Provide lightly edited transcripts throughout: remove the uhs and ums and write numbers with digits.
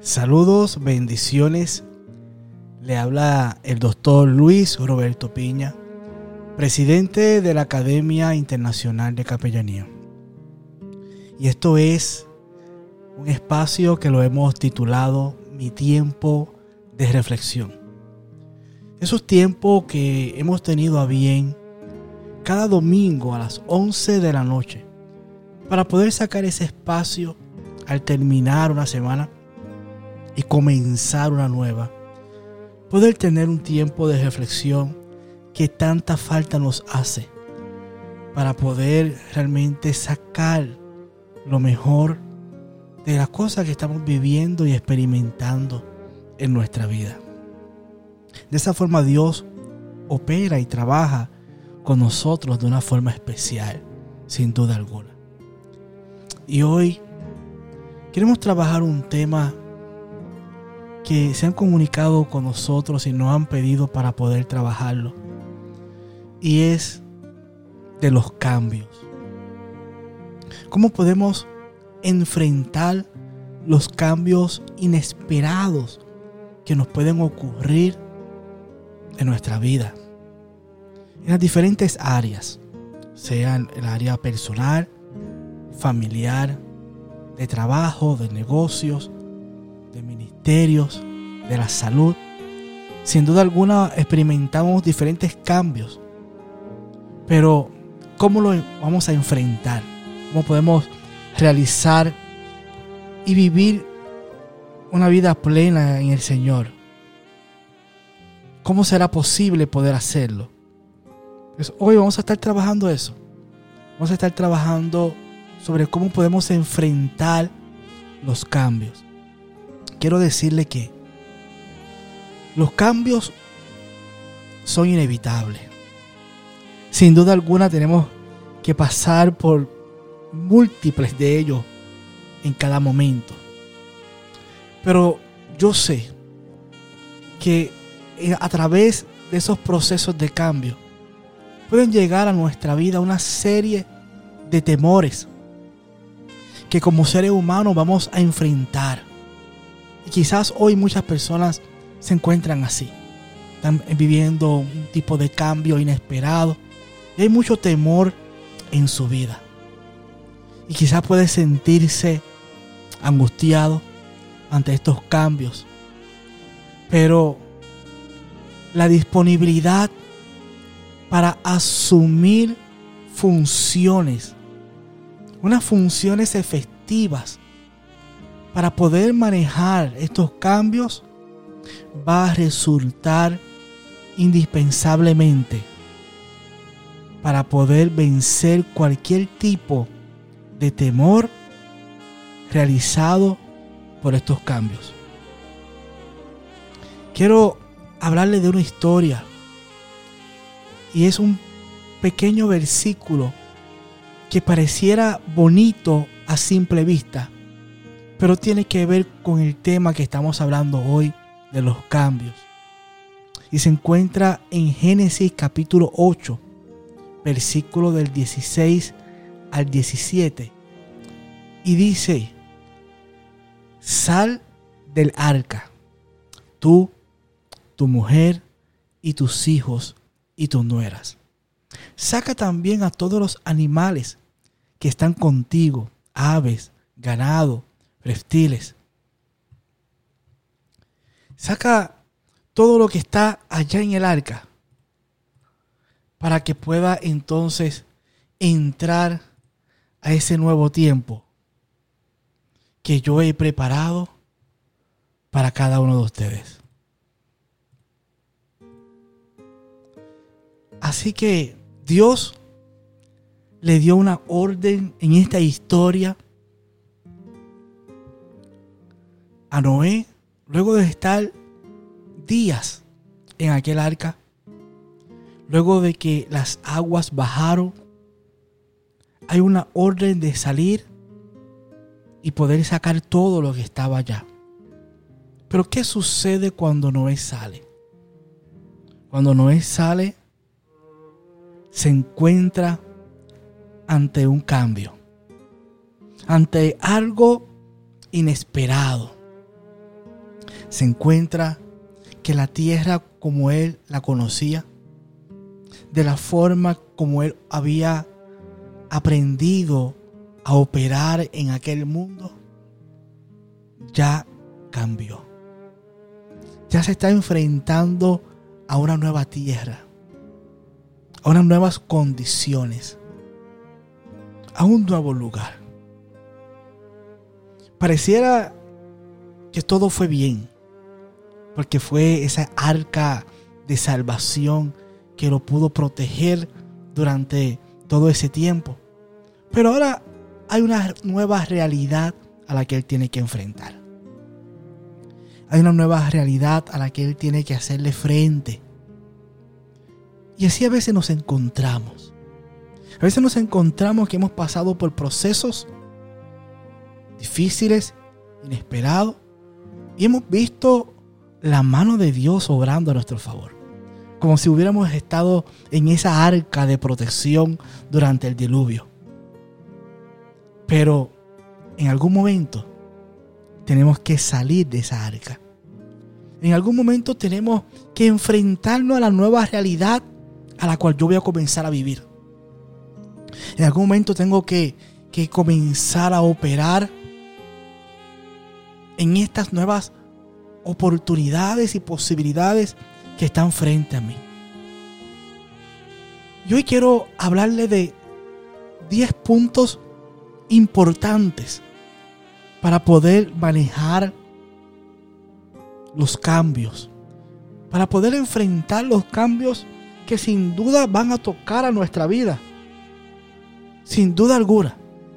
Saludos, bendiciones. Le habla el doctor Luis Roberto Piña, presidente de la Academia Internacional de Capellanía. Y esto es un espacio que lo hemos titulado Mi Tiempo de Reflexión. Esos tiempos que hemos tenido a bien cada domingo a las 11 de la noche para poder sacar ese espacio al terminar una semana y comenzar una nueva. Poder tener un tiempo de reflexión que tanta falta nos hace para poder realmente sacar lo mejor de las cosas que estamos viviendo y experimentando en nuestra vida. De esa forma Dios opera y trabaja con nosotros de una forma especial, sin duda alguna. Y hoy queremos trabajar un tema que se han comunicado con nosotros y nos han pedido para poder trabajarlo. Y es de los cambios. ¿Cómo podemos enfrentar los cambios inesperados que nos pueden ocurrir en nuestra vida? En las diferentes áreas, sean el área personal, familiar, de trabajo, de negocios, de ministerios, de la salud. Sin duda alguna experimentamos diferentes cambios. Pero ¿cómo lo vamos a enfrentar? ¿Cómo podemos realizar y vivir una vida plena en el Señor? ¿Cómo será posible poder hacerlo? Pues hoy vamos a estar trabajando eso. Vamos a estar trabajando sobre cómo podemos enfrentar los cambios. Quiero decirle que los cambios son inevitables. Sin duda alguna tenemos que pasar por múltiples de ellos en cada momento. Pero yo sé que a través de esos procesos de cambio pueden llegar a nuestra vida una serie de temores que como seres humanos vamos a enfrentar. Y quizás hoy muchas personas se encuentran así. Están viviendo un tipo de cambio inesperado. Y hay mucho temor en su vida. Y quizás puede sentirse angustiado ante estos cambios. Pero la disponibilidad para asumir funciones, unas funciones efectivas, para poder manejar estos cambios va a resultar indispensablemente para poder vencer cualquier tipo de temor realizado por estos cambios. Quiero hablarle de una historia y es un pequeño versículo que pareciera bonito a simple vista, pero tiene que ver con el tema que estamos hablando hoy de los cambios. Y se encuentra en Génesis capítulo 8, versículo del 16 al 17. Y dice: sal del arca, tú, tu mujer y tus hijos y tus nueras. Saca también a todos los animales que están contigo, aves, ganado, reptiles. Saca todo lo que está allá en el arca para que pueda entonces entrar a ese nuevo tiempo que yo he preparado para cada uno de ustedes. Así que Dios le dio una orden en esta historia a Noé, luego de estar días en aquel arca, luego de que las aguas bajaron, hay una orden de salir y poder sacar todo lo que estaba allá. Pero ¿qué sucede cuando Noé sale? Cuando Noé sale, se encuentra ante un cambio, ante algo inesperado. Se encuentra que la tierra como él la conocía, de la forma como él había aprendido a operar en aquel mundo, ya cambió. Ya se está enfrentando a una nueva tierra, a unas nuevas condiciones, a un nuevo lugar. Pareciera que todo fue bien, porque fue esa arca de salvación que lo pudo proteger durante todo ese tiempo. Pero ahora hay una nueva realidad a la que él tiene que enfrentar. Hay una nueva realidad a la que él tiene que hacerle frente. Y así a veces nos encontramos. A veces nos encontramos que hemos pasado por procesos difíciles, inesperados, y hemos visto la mano de Dios obrando a nuestro favor. Como si hubiéramos estado en esa arca de protección durante el diluvio. Pero en algún momento tenemos que salir de esa arca. En algún momento tenemos que enfrentarnos a la nueva realidad a la cual yo voy a comenzar a vivir. En algún momento tengo que comenzar a operar en estas nuevas oportunidades y posibilidades que están frente a mí. Y hoy quiero hablarle de 10 puntos importantes para poder manejar los cambios, para poder enfrentar los cambios que sin duda van a tocar a nuestra vida, sin duda alguna.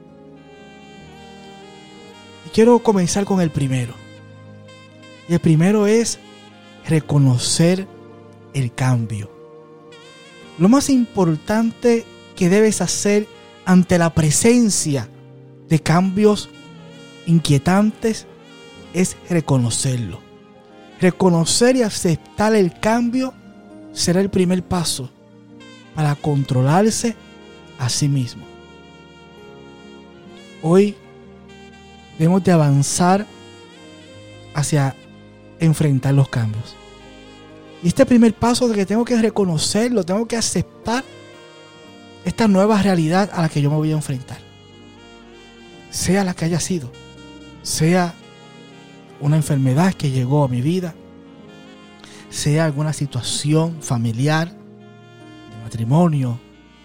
Y quiero comenzar con el primero. Y el primero es reconocer el cambio. Lo más importante que debes hacer ante la presencia de cambios inquietantes es reconocerlo. Reconocer y aceptar el cambio será el primer paso para controlarse a sí mismo. Hoy debemos de avanzar hacia enfrentar los cambios. Y este primer paso de que tengo que reconocerlo, tengo que aceptar esta nueva realidad a la que yo me voy a enfrentar. Sea la que haya sido, sea una enfermedad que llegó a mi vida, sea alguna situación familiar, de matrimonio,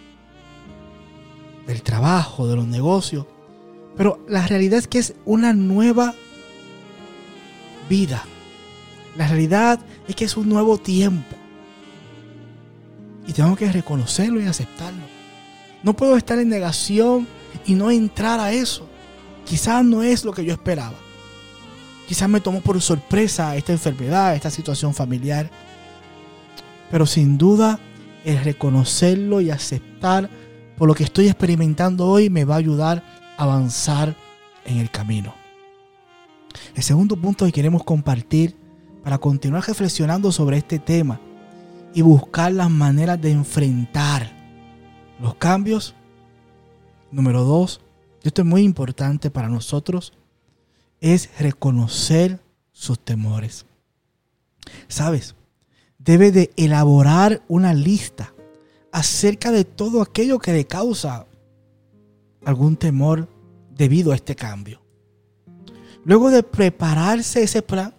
del trabajo, de los negocios. Pero la realidad es que es una nueva vida. La realidad es que es un nuevo tiempo. Y tengo que reconocerlo y aceptarlo. No puedo estar en negación y no entrar a eso. Quizás no es lo que yo esperaba. Quizás me tomó por sorpresa esta enfermedad, esta situación familiar. Pero sin duda, el reconocerlo y aceptar por lo que estoy experimentando hoy me va a ayudar a avanzar en el camino. El segundo punto que queremos compartir para continuar reflexionando sobre este tema y buscar las maneras de enfrentar los cambios. Número 2, esto es muy importante para nosotros, es reconocer sus temores. ¿Sabes? Debe de elaborar una lista acerca de todo aquello que le causa algún temor debido a este cambio. Luego de prepararse ese plan,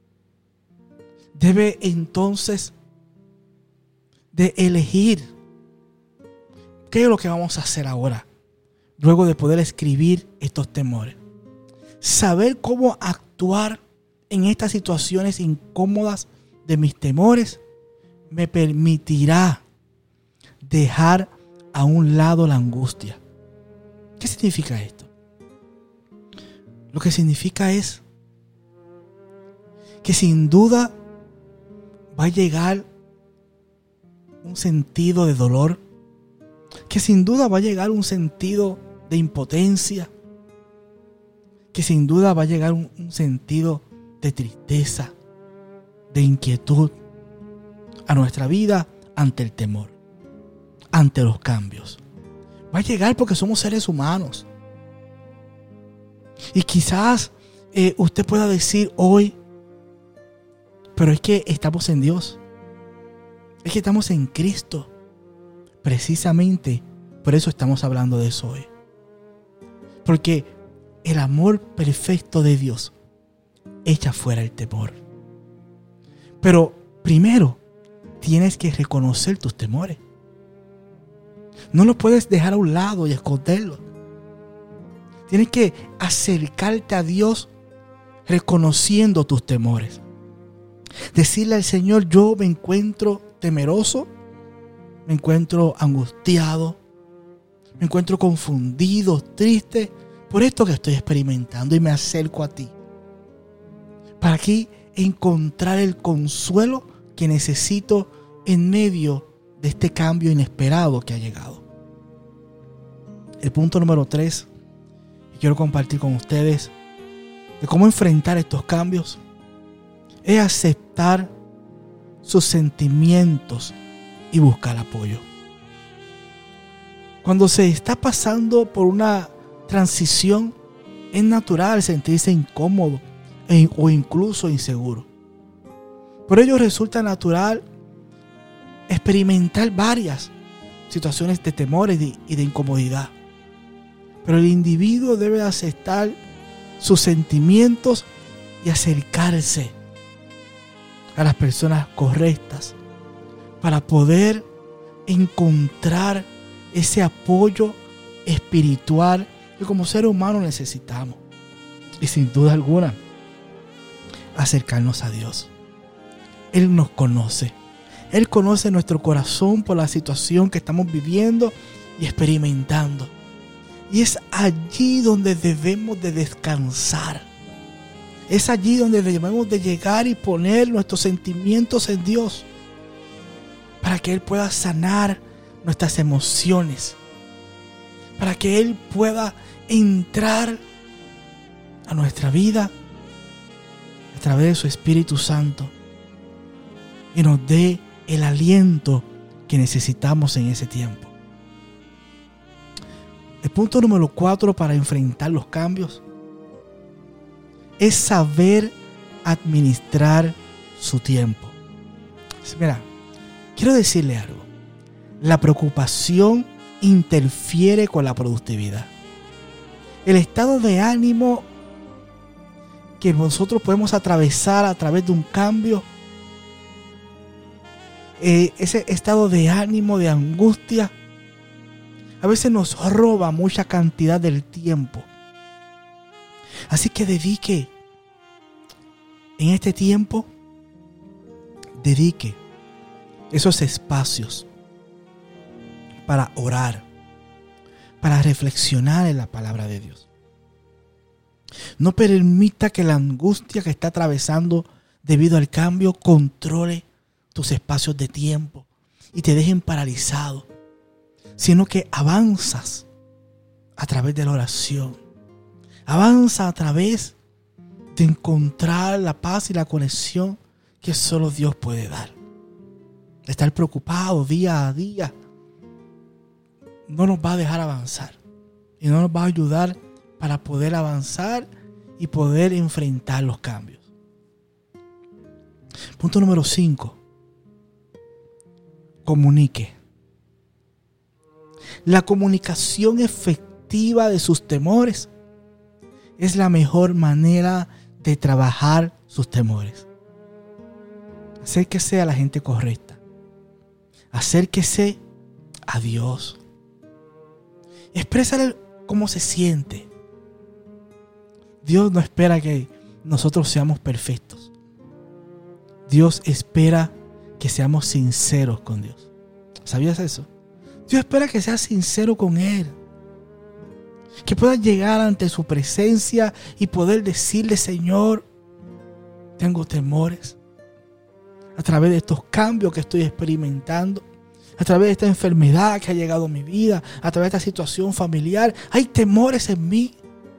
debe entonces de elegir qué es lo que vamos a hacer ahora, luego de poder escribir estos temores. Saber cómo actuar en estas situaciones incómodas de mis temores me permitirá dejar a un lado la angustia. ¿Qué significa esto? Lo que significa es que sin duda va a llegar un sentido de dolor, que sin duda va a llegar un sentido de impotencia, que sin duda va a llegar un sentido de tristeza, de inquietud a nuestra vida ante el temor, ante los cambios. Va a llegar porque somos seres humanos. Y quizás usted pueda decir hoy, Pero es que estamos en Dios. Es que estamos en Cristo. Precisamente por eso estamos hablando de eso hoy. Porque el amor perfecto de Dios echa fuera el temor. Pero primero tienes que reconocer tus temores. No los puedes dejar a un lado y esconderlos. Tienes que acercarte a Dios reconociendo tus temores. Decirle al Señor: yo me encuentro temeroso, me encuentro angustiado, me encuentro confundido, triste por esto que estoy experimentando, y me acerco a ti para aquí encontrar el consuelo que necesito en medio de este cambio inesperado que ha llegado. El punto número 3 que quiero compartir con ustedes de cómo enfrentar estos cambios es aceptar sus sentimientos y buscar apoyo. Cuando se está pasando por una transición, es natural sentirse incómodo o incluso inseguro. Por ello resulta natural experimentar varias situaciones de temores y de incomodidad. Pero el individuo debe aceptar sus sentimientos y acercarse a las personas correctas para poder encontrar ese apoyo espiritual que como ser humano necesitamos. Y sin duda alguna, acercarnos a Dios. Él nos conoce. Él conoce nuestro corazón por la situación que estamos viviendo y experimentando. Y es allí donde debemos de descansar. Es allí donde debemos de llegar y poner nuestros sentimientos en Dios, para que Él pueda sanar nuestras emociones, para que Él pueda entrar a nuestra vida a través de su Espíritu Santo y nos dé el aliento que necesitamos en ese tiempo. El punto número 4 para enfrentar los cambios es saber administrar su tiempo. Mira, quiero decirle algo. La preocupación interfiere con la productividad. El estado de ánimo que nosotros podemos atravesar a través de un cambio, ese estado de ánimo, de angustia, a veces nos roba mucha cantidad del tiempo. Así que dedique esos espacios para orar, para reflexionar en la palabra de Dios. No permita que la angustia que está atravesando debido al cambio controle tus espacios de tiempo y te dejen paralizado, sino que avanzas a través de la oración. Avanza a través de encontrar la paz y la conexión que solo Dios puede dar. Estar preocupado día a día no nos va a dejar avanzar y no nos va a ayudar para poder avanzar y poder enfrentar los cambios. Punto número 5. Comunique. La comunicación efectiva de sus temores es la mejor manera de trabajar sus temores. Acérquese a la gente correcta. Acérquese a Dios. Exprésale cómo se siente. Dios no espera que nosotros seamos perfectos. Dios espera que seamos sinceros con Dios. ¿Sabías eso? Dios espera que seas sincero con Él. Que puedas llegar ante su presencia y poder decirle: Señor, tengo temores a través de estos cambios que estoy experimentando, a través de esta enfermedad que ha llegado a mi vida, a través de esta situación familiar. Hay temores en mí.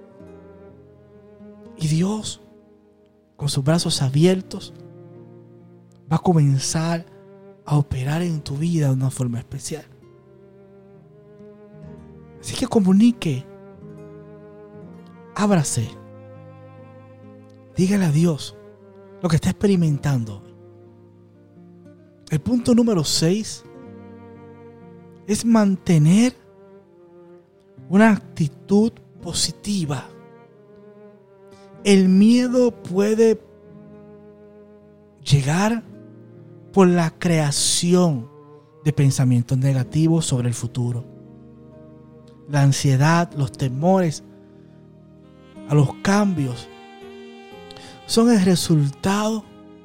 Y Dios, con sus brazos abiertos, va a comenzar a operar en tu vida de una forma especial. Así que comunique. Ábrase. Dígale a Dios lo que está experimentando. El punto número 6 es mantener una actitud positiva. El miedo puede llegar por la creación de pensamientos negativos sobre el futuro. La ansiedad, los temores a los cambios son el resultado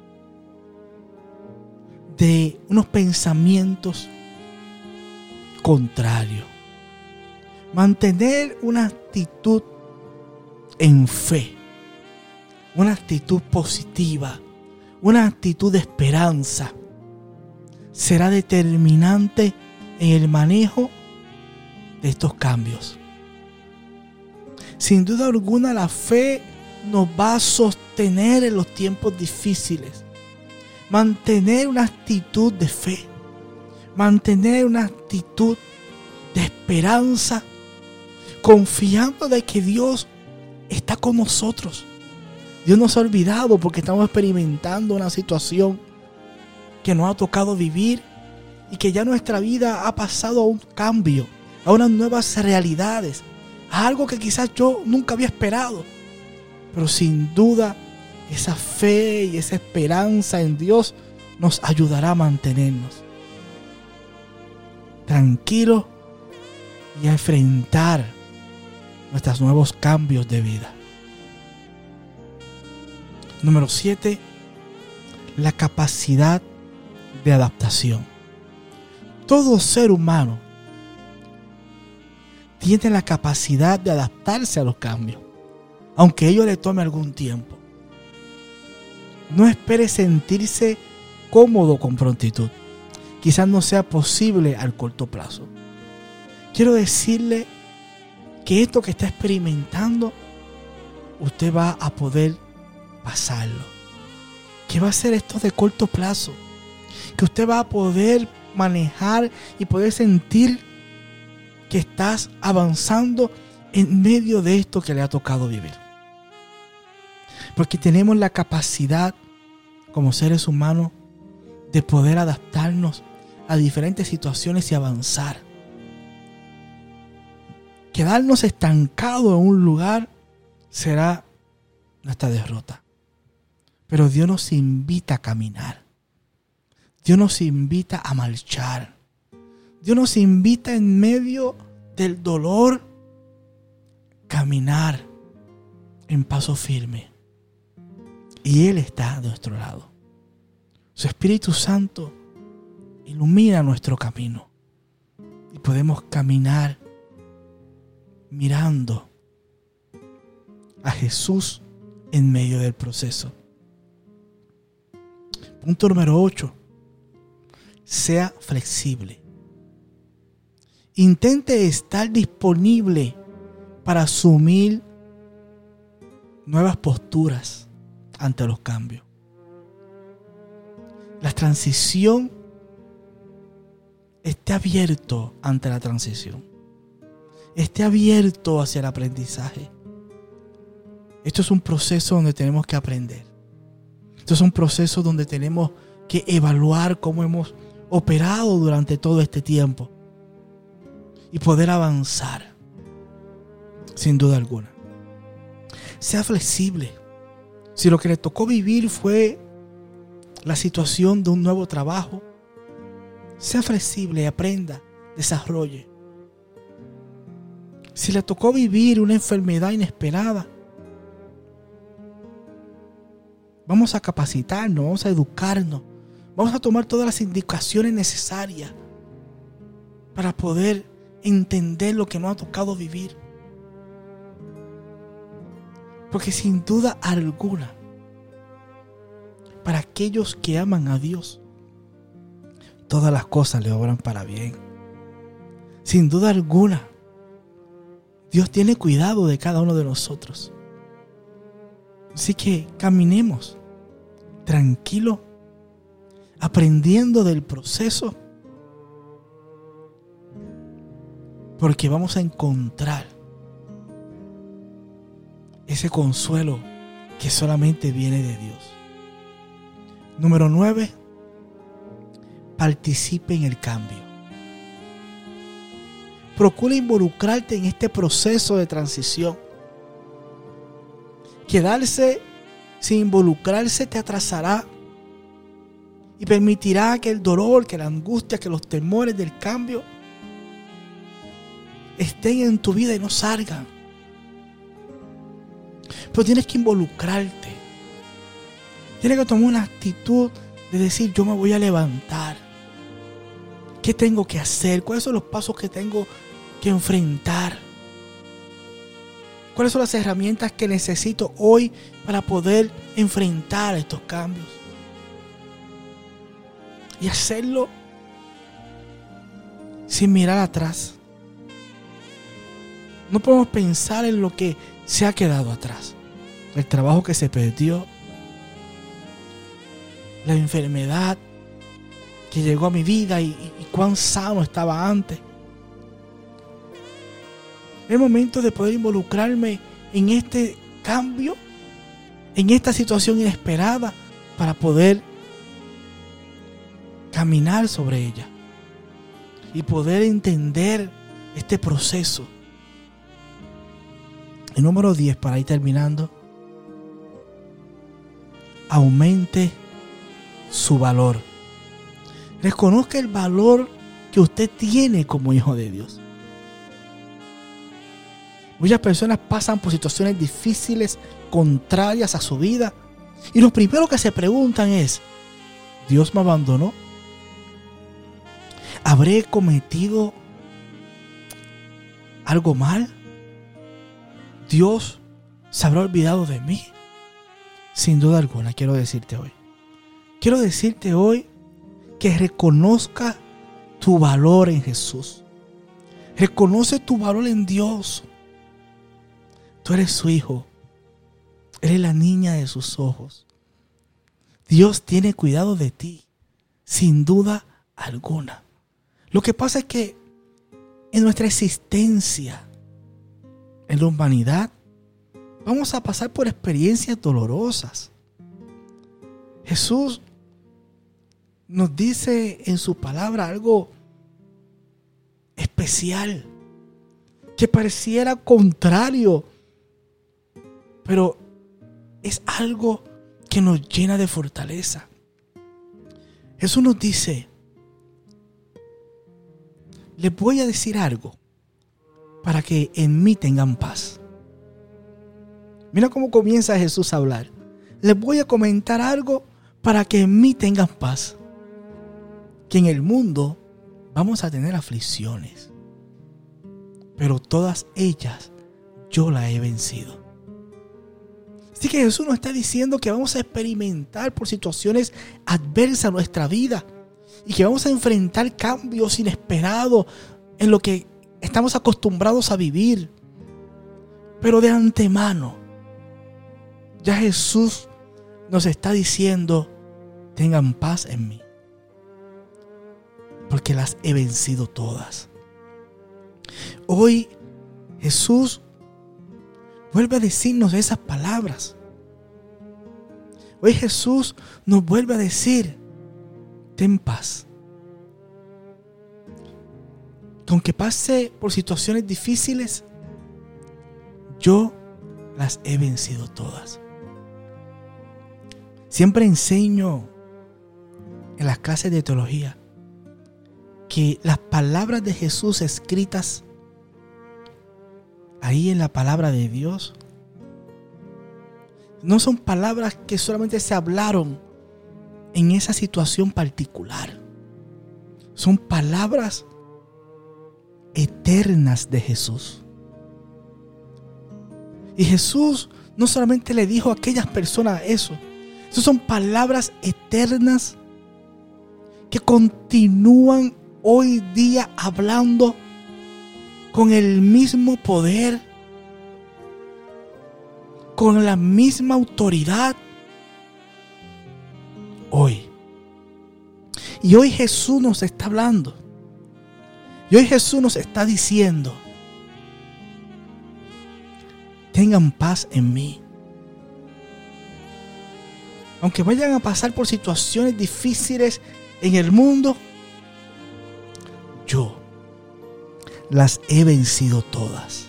de unos pensamientos contrarios. Mantener una actitud en fe, una actitud positiva, una actitud de esperanza, será determinante en el manejo de estos cambios. Sin duda alguna, la fe nos va a sostener en los tiempos difíciles. Mantener una actitud de fe, mantener una actitud de esperanza, confiando de que Dios está con nosotros. Dios nos ha olvidado porque estamos experimentando una situación que nos ha tocado vivir y que ya nuestra vida ha pasado a un cambio, a unas nuevas realidades, a algo que quizás yo nunca había esperado. Pero sin duda, esa fe y esa esperanza en Dios nos ayudará a mantenernos tranquilos y a enfrentar nuestros nuevos cambios de vida. Número 7, la capacidad de adaptación. Todo ser humano tiene la capacidad de adaptarse a los cambios, aunque ello le tome algún tiempo. No espere sentirse cómodo con prontitud. Quizás no sea posible al corto plazo. Quiero decirle que esto que está experimentando, usted va a poder pasarlo. Que va a ser esto de corto plazo. Que usted va a poder manejar y poder sentir que estás avanzando en medio de esto que le ha tocado vivir. Porque tenemos la capacidad como seres humanos de poder adaptarnos a diferentes situaciones y avanzar. Quedarnos estancados en un lugar será nuestra derrota. Pero Dios nos invita a caminar. Dios nos invita a marchar. Dios nos invita en medio del dolor caminar en paso firme. Y Él está a nuestro lado. Su Espíritu Santo ilumina nuestro camino. Y podemos caminar mirando a Jesús en medio del proceso. Punto número 8. Sea flexible. Intente estar disponible para asumir nuevas posturas ante los cambios. La transición, esté abierto ante la transición. Esté abierto hacia el aprendizaje. Esto es un proceso donde tenemos que aprender. Esto es un proceso donde tenemos que evaluar cómo hemos operado durante todo este tiempo y poder avanzar, sin duda alguna. Sea flexible. Si lo que le tocó vivir fue la situación de un nuevo trabajo, sea flexible, aprenda, desarrolle. Si le tocó vivir una enfermedad inesperada, vamos a capacitarnos, vamos a educarnos, vamos a tomar todas las indicaciones necesarias para poder entender lo que nos ha tocado vivir. Porque sin duda alguna, para aquellos que aman a Dios, todas las cosas le obran para bien. Sin duda alguna, Dios tiene cuidado de cada uno de nosotros. Así que caminemos tranquilos, aprendiendo del proceso, porque vamos a encontrar ese consuelo que solamente viene de Dios. Número 9, participe en el cambio. Procura involucrarte en este proceso de transición. Quedarse sin involucrarse te atrasará y permitirá que el dolor, que la angustia, que los temores del cambio estén en tu vida y no salgan. Pero tienes que involucrarte. Tienes que tomar una actitud de decir, yo me voy a levantar. ¿Qué tengo que hacer? ¿Cuáles son los pasos que tengo que enfrentar? ¿Cuáles son las herramientas que necesito hoy para poder enfrentar estos cambios? Y hacerlo sin mirar atrás. No podemos pensar en lo que se ha quedado atrás. El trabajo que se perdió. La enfermedad que llegó a mi vida y cuán sano estaba antes. Es el momento de poder involucrarme en este cambio, en esta situación inesperada, para poder caminar sobre ella y poder entender este proceso. El número 10, para ir terminando: aumente su valor. Reconozca el valor que usted tiene como hijo de Dios. Muchas personas pasan por situaciones difíciles, contrarias a su vida, y lo primero que se preguntan es: ¿Dios me abandonó? ¿Habré cometido algo mal? ¿Dios se habrá olvidado de mí? Sin duda alguna, quiero decirte hoy que reconozca tu valor en Jesús. Reconoce tu valor en Dios. Tú eres su hijo. Eres la niña de sus ojos. Dios tiene cuidado de ti, sin duda alguna. Lo que pasa es que en nuestra existencia, en la humanidad, vamos a pasar por experiencias dolorosas. Jesús nos dice en su palabra algo especial, que pareciera contrario, pero es algo que nos llena de fortaleza. Jesús nos dice: les voy a decir algo para que en mí tengan paz. Mira cómo comienza Jesús a hablar. Les voy a comentar algo para que en mí tengan paz. Que en el mundo vamos a tener aflicciones, pero todas ellas yo las he vencido. Así que Jesús nos está diciendo que vamos a experimentar por situaciones adversas en nuestra vida y que vamos a enfrentar cambios inesperados en lo que estamos acostumbrados a vivir. Pero de antemano, ya Jesús nos está diciendo: tengan paz en mí, porque las he vencido todas. Hoy Jesús vuelve a decirnos esas palabras. Hoy Jesús nos vuelve a decir: ten paz. Que aunque pase por situaciones difíciles, yo las he vencido todas. Siempre enseño en las clases de teología que las palabras de Jesús escritas ahí en la palabra de Dios no son palabras que solamente se hablaron en esa situación particular. Son palabras eternas de Jesús. Y Jesús no solamente le dijo a aquellas personas eso. Esas son palabras eternas que continúan hoy día hablando con el mismo poder, con la misma autoridad hoy. Y hoy Jesús nos está hablando. Y hoy Jesús nos está diciendo: tengan paz en mí. Aunque vayan a pasar por situaciones difíciles en el mundo, las he vencido todas.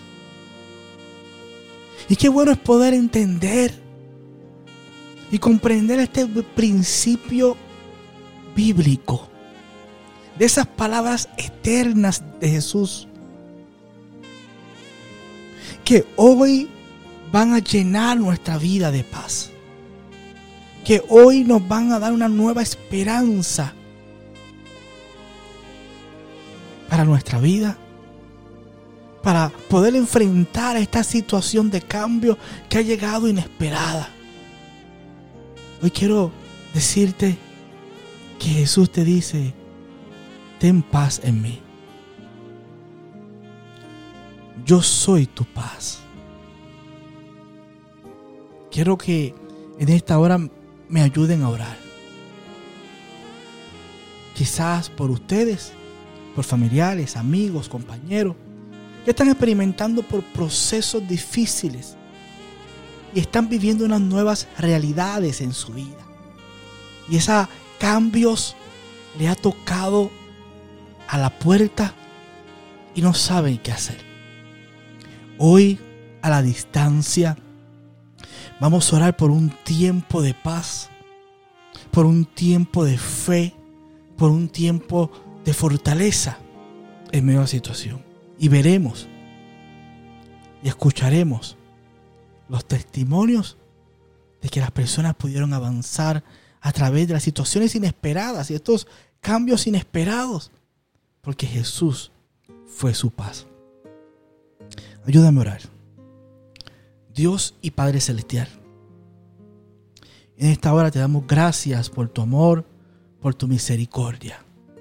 Y qué bueno es poder entender y comprender este principio bíblico de esas palabras eternas de Jesús, que hoy van a llenar nuestra vida de paz, que hoy nos van a dar una nueva esperanza para nuestra vida, para poder enfrentar esta situación de cambio que ha llegado inesperada. Hoy quiero decirte que Jesús te dice: ten paz en mí. Yo soy tu paz. Quiero que en esta hora me ayuden a orar. Quizás por ustedes, por familiares, amigos, compañeros, que están experimentando por procesos difíciles y están viviendo unas nuevas realidades en su vida. Y esos cambios le ha tocado a la puerta y no saben qué hacer. Hoy, a la distancia, vamos a orar por un tiempo de paz, por un tiempo de fe, por un tiempo de fortaleza en medio de la situación. Y veremos y escucharemos los testimonios de que las personas pudieron avanzar a través de las situaciones inesperadas y estos cambios inesperados, porque Jesús fue su paz. Ayúdame a orar. Dios y Padre Celestial, en esta hora te damos gracias por tu amor, por tu misericordia.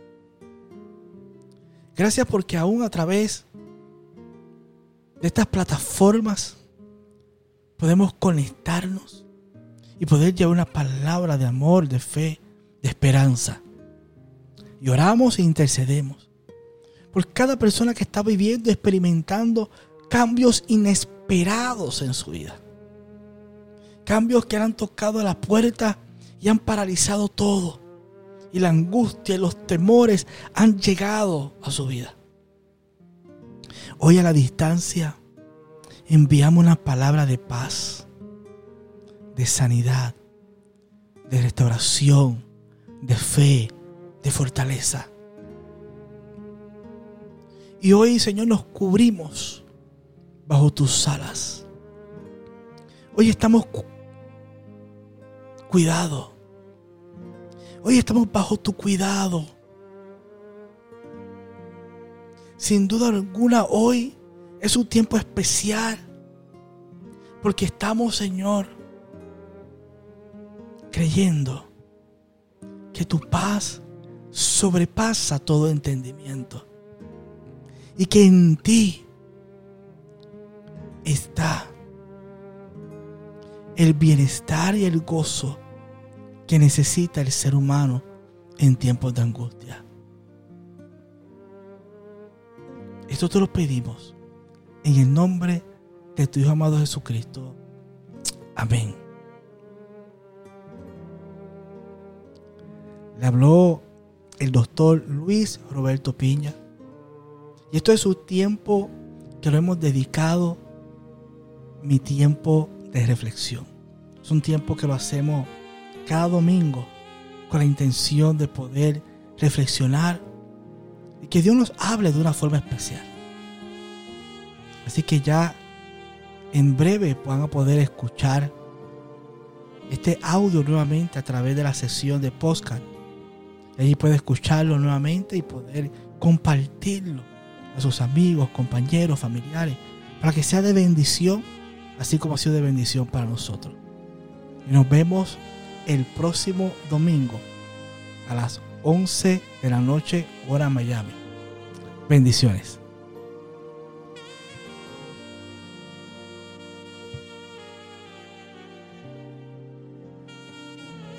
Gracias porque aún a través de estas plataformas podemos conectarnos y poder llevar una palabra de amor, de fe, de esperanza. Y oramos e intercedemos por cada persona que está viviendo y experimentando cambios inesperados en su vida. Cambios que han tocado la puerta y han paralizado todo. Y la angustia y los temores han llegado a su vida. Hoy a la distancia enviamos una palabra de paz, de sanidad, de restauración, de fe, de fortaleza. Y hoy, Señor, nos cubrimos bajo tus alas. Hoy estamos cuidados. Hoy estamos bajo tu cuidado. Sin duda alguna, hoy es un tiempo especial. Porque estamos, Señor, creyendo que tu paz sobrepasa todo entendimiento. Y que en ti está el bienestar y el gozo que necesita el ser humano en tiempos de angustia. Esto te lo pedimos en el nombre de tu Hijo amado Jesucristo. Amén. Le habló el doctor Luis Roberto Piña. Y esto es un tiempo que lo hemos dedicado, mi tiempo de reflexión. Es un tiempo que lo hacemos cada domingo con la intención de poder reflexionar y que Dios nos hable de una forma especial. Así que ya en breve van a poder escuchar este audio nuevamente a través de la sesión de podcast. Allí puede escucharlo nuevamente y poder compartirlo a sus amigos, compañeros, familiares, para que sea de bendición, así como ha sido de bendición para nosotros. Y nos vemos el próximo domingo a las 11 de la noche, hora Miami. Bendiciones.